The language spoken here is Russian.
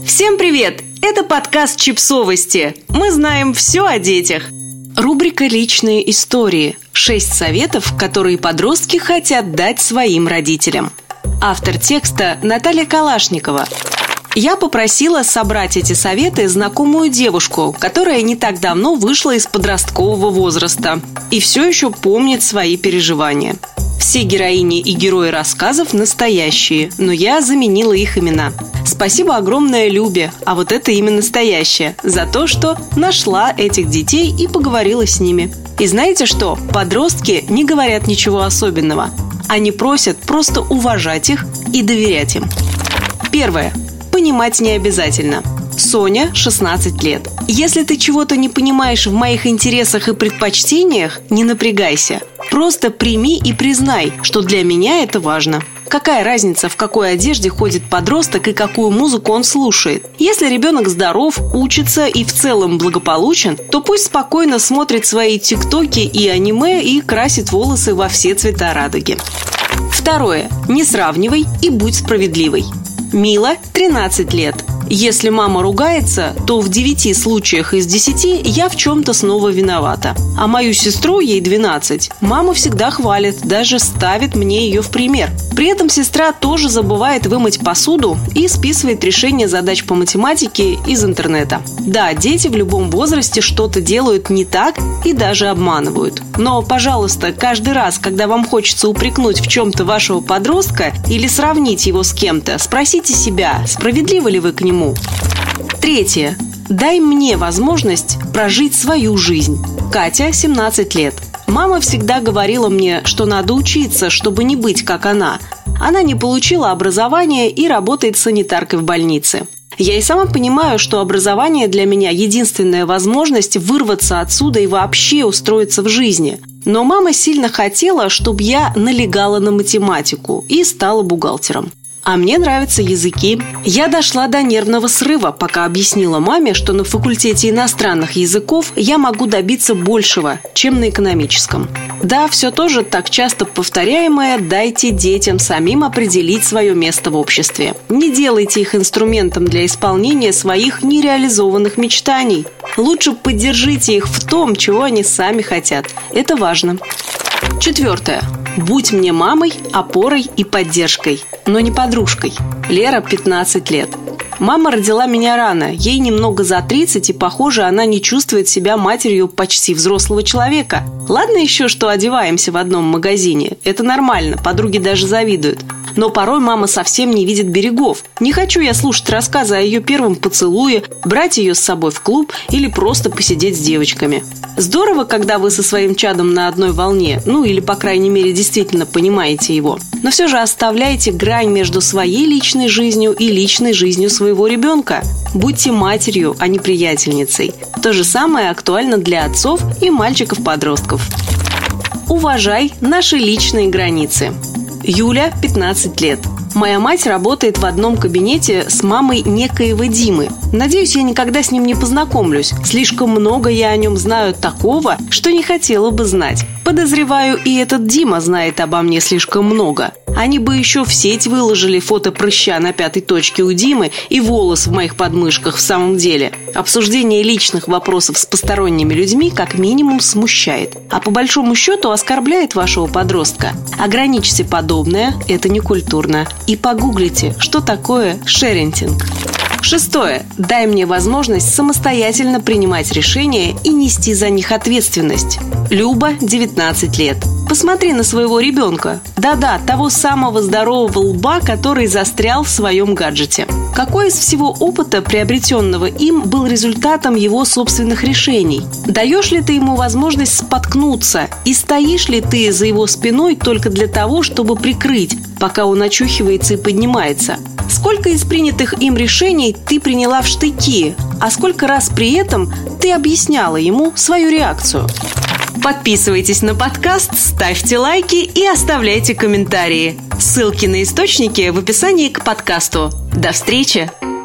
Всем привет! Это подкаст «Чипсовости». Мы знаем все о детях. Рубрика «Личные истории». 6 советов, которые подростки хотят дать своим родителям. Автор текста Наталья Калашникова. Я попросила собрать эти советы знакомую девушку, которая не так давно вышла из подросткового возраста и все еще помнит свои переживания. Все героини и герои рассказов настоящие, но я заменила их имена. Спасибо огромное Любе, а вот это имя настоящее, за то, что нашла этих детей и поговорила с ними. И знаете что? Подростки не говорят ничего особенного. Они просят просто уважать их и доверять им. Первое. Понимать не обязательно. Соня, 16 лет. Если ты чего-то не понимаешь в моих интересах и предпочтениях, не напрягайся. Просто прими и признай, что для меня это важно. Какая разница, в какой одежде ходит подросток и какую музыку он слушает? Если ребенок здоров, учится и в целом благополучен, то пусть спокойно смотрит свои тиктоки и аниме и красит волосы во все цвета радуги. Второе. Не сравнивай и будь справедливой. Мила, 13 лет. Если мама ругается, то в 9 случаях из 10 я в чем-то снова виновата. А мою сестру, ей 12, мама всегда хвалит, даже ставит мне ее в пример. При этом сестра тоже забывает вымыть посуду и списывает решение задач по математике из интернета. Да, дети в любом возрасте что-то делают не так и даже обманывают. Но, пожалуйста, каждый раз, когда вам хочется упрекнуть в чем-то вашего подростка или сравнить его с кем-то, спросите себя, справедливы ли вы к нему. Третье. Дай мне возможность прожить свою жизнь. Катя, 17 лет. Мама всегда говорила мне, что надо учиться, чтобы не быть как она. Она не получила образование и работает санитаркой в больнице. Я и сама понимаю, что образование для меня единственная возможность вырваться отсюда и вообще устроиться в жизни. Но мама сильно хотела, чтобы я налегала на математику и стала бухгалтером. А мне нравятся языки. Я дошла до нервного срыва, пока объяснила маме, что на факультете иностранных языков я могу добиться большего, чем на экономическом. Да, все тоже так часто повторяемое: дайте детям самим определить свое место в обществе. Не делайте их инструментом для исполнения своих нереализованных мечтаний. Лучше поддержите их в том, чего они сами хотят. Это важно. Четвертое. Будь мне мамой, опорой и поддержкой, но не подружкой. Лера, 15 лет. Мама родила меня рано, ей немного за 30, и, похоже, она не чувствует себя матерью почти взрослого человека. Ладно еще, что одеваемся в одном магазине. Это нормально, подруги даже завидуют. Но порой мама совсем не видит берегов. Не хочу я слушать рассказы о ее первом поцелуе, брать ее с собой в клуб или просто посидеть с девочками. Здорово, когда вы со своим чадом на одной волне, или, по крайней мере, действительно понимаете его. Но все же оставляйте грань между своей личной жизнью и личной жизнью своего ребенка. Будьте матерью, а не приятельницей. То же самое актуально для отцов и мальчиков-подростков. Уважай наши личные границы. Юля, 15 лет. Моя мать работает в одном кабинете с мамой некоего Димы. Надеюсь, я никогда с ним не познакомлюсь. Слишком много я о нем знаю такого, что не хотела бы знать. Подозреваю, и этот Дима знает обо мне слишком много. Они бы еще в сеть выложили фото прыща на 5-й точке у Димы и волос в моих подмышках в самом деле. Обсуждение личных вопросов с посторонними людьми как минимум смущает. А по большому счету оскорбляет вашего подростка. Ограничьте подобное, это некультурно. И погуглите, что такое шерентинг. Шестое. Дай мне возможность самостоятельно принимать решения и нести за них ответственность. Люба, 19 лет. Посмотри на своего ребенка. Да-да, того самого здорового лба, который застрял в своем гаджете. Какой из всего опыта, приобретенного им, был результатом его собственных решений? Даешь ли ты ему возможность споткнуться? И стоишь ли ты за его спиной только для того, чтобы прикрыть, пока он очухивается и поднимается? Сколько из принятых им решений ты приняла в штыки, а сколько раз при этом ты объясняла ему свою реакцию? Подписывайтесь на подкаст, ставьте лайки и оставляйте комментарии. Ссылки на источники в описании к подкасту. До встречи!